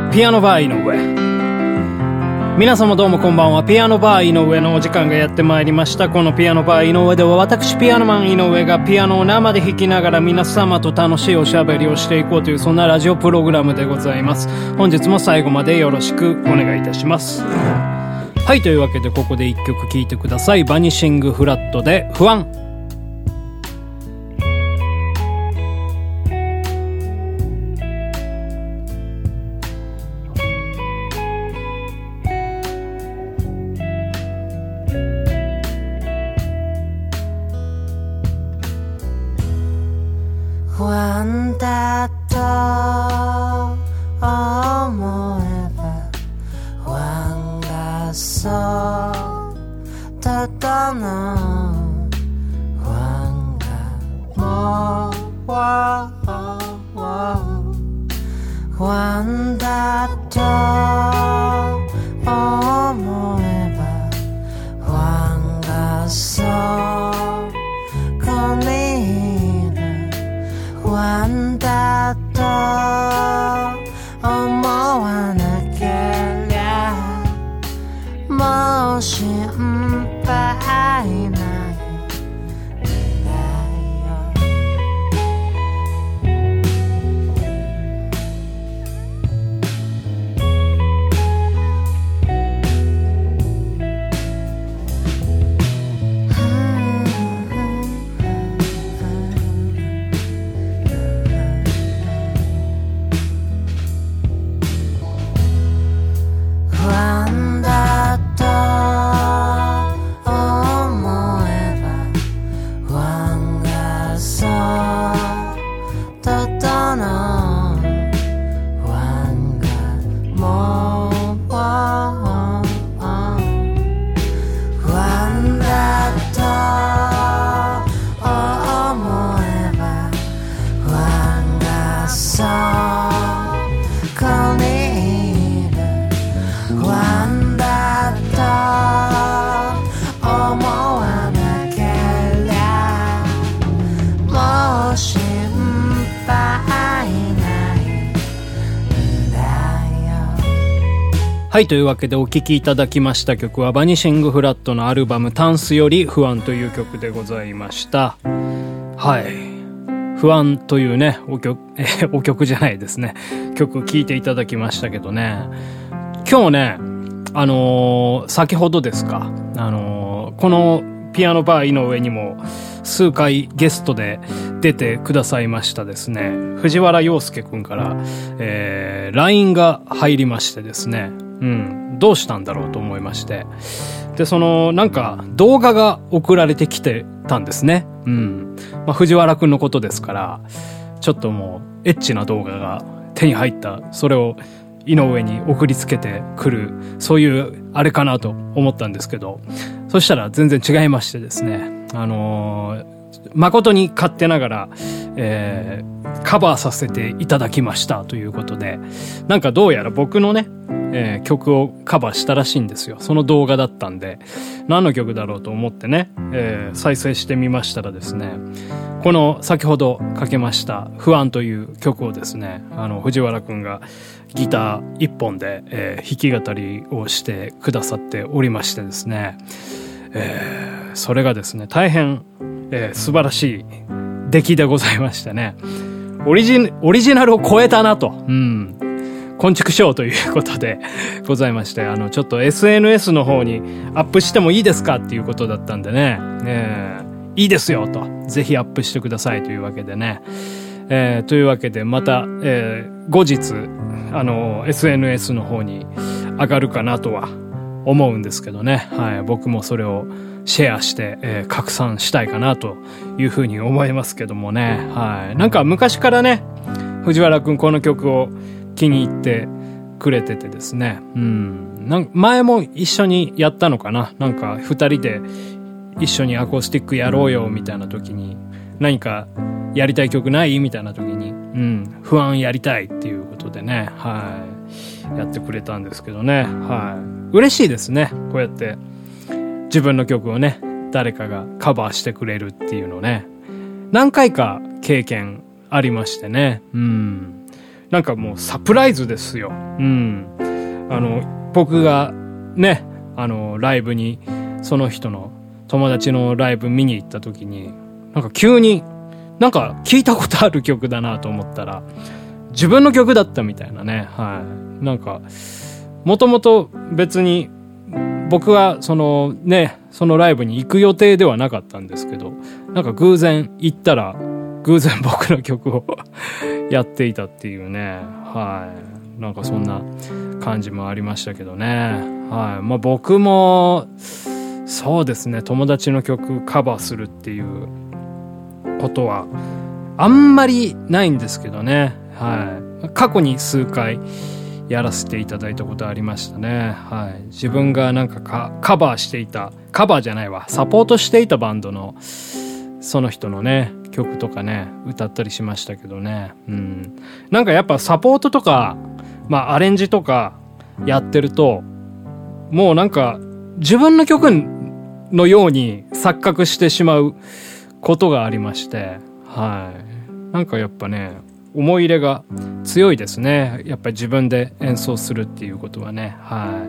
ピアノバー井上。皆様どうもこんばんは。ピアノバー井上のお時間がやってまいりました。このピアノバー井上では、私ピアノマン井上がピアノを生で弾きながら皆様と楽しいおしゃべりをしていこうという、そんなラジオプログラムでございます。本日も最後までよろしくお願いいたします。はい、というわけでここで一曲聴いてください。バニシングフラットで不安。 不安だと思えば不安がそう整う不安がもう不安だと思えば不安がそうこに不安だと思わなけりゃもう心配ないんだよ。 はい、というわけでお聴きいただきました曲はバニシングフラットのアルバムタンスより不安という曲でございました。はい。不安というね、お曲じゃないですね。曲聴いていただきましたけどね。今日ね、先ほどですか、このピアノバー井上にも数回ゲストで出てくださいましたですね、藤原洋介くんから、LINE が入りましてですね、どうしたんだろうと思いまして。で、なんか動画が送られてきてたんですね。藤原くんのことですから、ちょっともうエッチな動画が手に入った、それを井上に送りつけてくる、そういうあれかなと思ったんですけど、そしたら全然違いましてですね、誠に勝手ながら、カバーさせていただきましたということで、なんかどうやら僕のね、曲をカバーしたらしいんですよ。その動画だったんで、何の曲だろうと思ってね、再生してみましたらですね、この先ほどかけました不安という曲をですね、藤原くんがギター一本で、弾き語りをしてくださっておりましてですね、それがですね、大変、素晴らしい出来でございましてね、オリジナルを超えたなと、昆虫ショーということでございまして、ちょっと SNS の方にアップしてもいいですかっていうことだったんでね、いいですよと、ぜひアップしてくださいというわけでね、というわけでまた、後日SNS の方に上がるかなとは思うんですけどね、はい、僕もそれをシェアして、拡散したいかなというふうに思いますけどもね、はい、なんか昔からね、藤原くんこの曲を気に入ってくれててですね、前も一緒にやったのかな、なんか二人で一緒にアコースティックやろうよみたいな時に、何かやりたい曲ないみたいな時に、不安やりたいっていうことでね、はい、やってくれたんですけどね、はい、嬉しいですね、こうやって自分の曲をね、誰かがカバーしてくれるっていうのね、何回か経験ありましてね、 なんかもうサプライズですよ。僕がね、ライブに、その人の友達のライブ見に行った時に、なんか急に、なんか聞いたことある曲だなと思ったら、自分の曲だったみたいなね。はい。なんか、もともと別に、僕はそのライブに行く予定ではなかったんですけど、なんか偶然行ったら、偶然僕の曲をやっていたっていうね。はい。なんかそんな感じもありましたけどね。はい。まあ僕も、そうですね、友達の曲カバーするっていうことはあんまりないんですけどね。はい。過去に数回やらせていただいたことありましたね。はい。自分がなんかカバーしていた、カバーじゃないわ、サポートしていたバンドのその人のね、曲とかね、歌ったりしましたけどね。なんかやっぱサポートとか、まあアレンジとかやってると、もうなんか自分の曲のように錯覚してしまうことがありまして、はい。なんかやっぱね、思い入れが強いですね。やっぱり自分で演奏するっていうことはね。はい。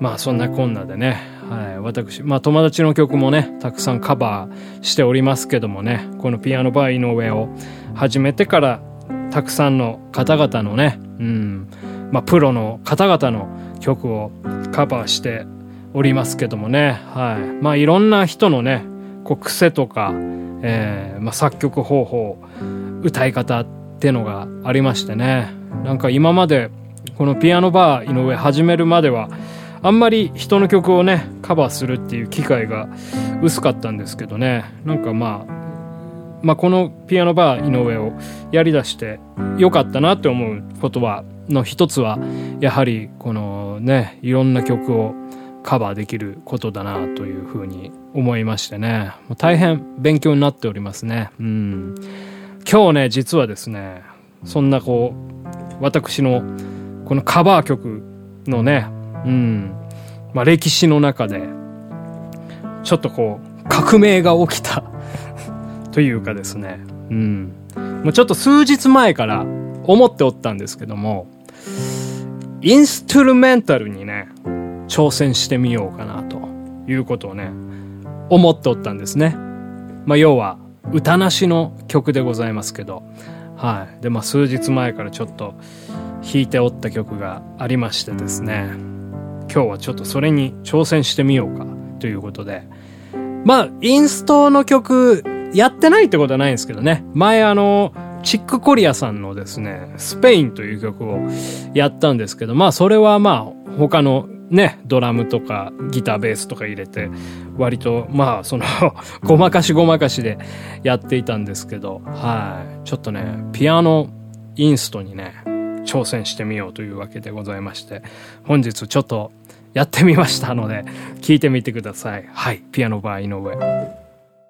まあそんなこんなでね、はい。私、まあ友達の曲もね、たくさんカバーしておりますけどもね、このピアノバー井上を始めてから、たくさんの方々のね、まあプロの方々の曲をカバーしておりますけどもね、はい。まあいろんな人のね、こう癖とか、まあ作曲方法、歌い方ってのがありましてね。なんか今までこのピアノバー井上始めるまではあんまり人の曲をねカバーするっていう機会が薄かったんですけどね。なんかまあこのピアノバー井上をやりだしてよかったなって思うことはの一つはやはりこのねいろんな曲をカバーできることだなというふうに思いましてね。大変勉強になっておりますね。今日ね実はですねそんなこう私のこのカバー曲のねまあ歴史の中でちょっとこう革命が起きたというかですねもうちょっと数日前から思っておったんですけどもインストゥルメンタルにね挑戦してみようかなということをね思っておったんですね。まあ要は歌なしの曲でございますけど、はい。で、まあ数日前からちょっと弾いておった曲がありましてですね、今日はちょっとそれに挑戦してみようかということで、まあインストの曲やってないってことはないんですけどね、前チックコリアさんのですね、スペインという曲をやったんですけど、まあそれはまあ他のね、ドラムとかギターベースとか入れて割とまあそのごまかしでやっていたんですけど、はいちょっとねピアノインストにね挑戦してみようというわけでございまして、本日ちょっとやってみましたので聞いてみてください。はい、ピアノバー井上。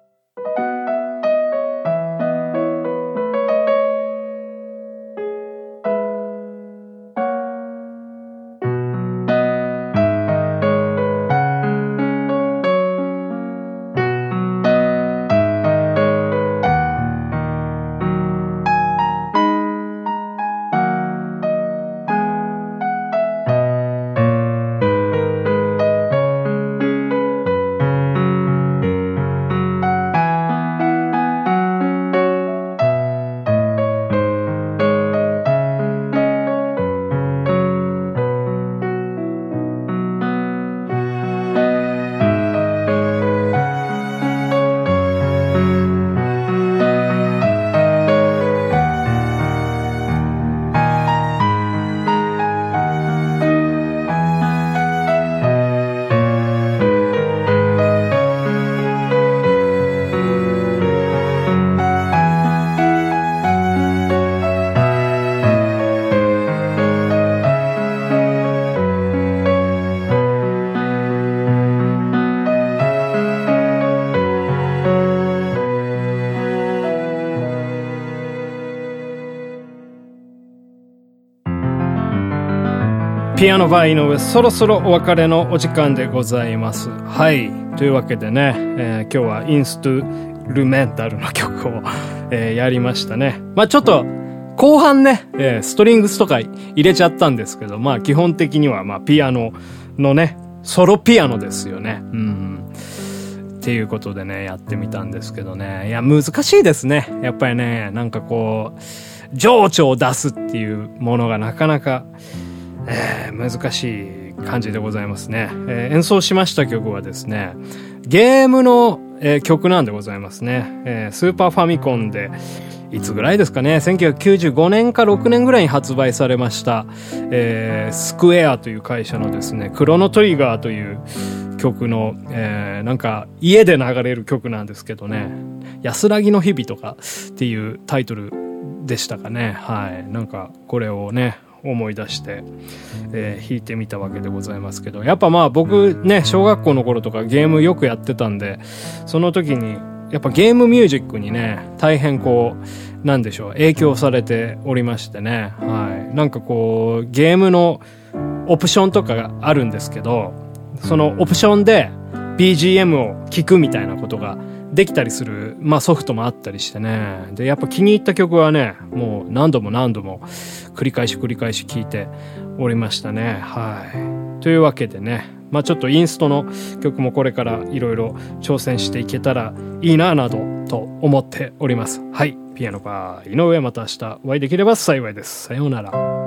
ピアノバー井上、そろそろお別れのお時間でございます。はい。というわけでね、今日はインストゥルメンタルの曲を、やりましたね。まあちょっと後半ね、ストリングスとか入れちゃったんですけど、まあ基本的にはまあピアノのね、ソロピアノですよね。っていうことでね、やってみたんですけどね。いや、難しいですね。やっぱりね、なんかこう、情緒を出すっていうものがなかなか、難しい感じでございますね。演奏しました曲はですね、ゲームの、曲なんでございますね。スーパーファミコンで、いつぐらいですかね、1995年か6年ぐらいに発売されました、スクエアという会社のですね、クロノトリガーという曲の、なんか家で流れる曲なんですけどね、安らぎの日々とかっていうタイトルでしたかね。はい。なんかこれをね、思い出して、弾いてみたわけでございますけど、やっぱまあ僕ね、小学校の頃とかゲームよくやってたんで、その時にやっぱゲームミュージックにね、大変こう、なんでしょう、影響されておりましてね。はい。なんかこう、ゲームのオプションとかがあるんですけど、そのオプションで BGM を聴くみたいなことができたりする、まあソフトもあったりしてね。で、やっぱ気に入った曲はね、もう何度も繰り返し聴いておりましたね。はい。というわけでね、まあちょっとインストの曲もこれからいろいろ挑戦していけたらいいななどと思っております。はい。ピアノバー井上、また明日お会いできれば幸いです。さようなら。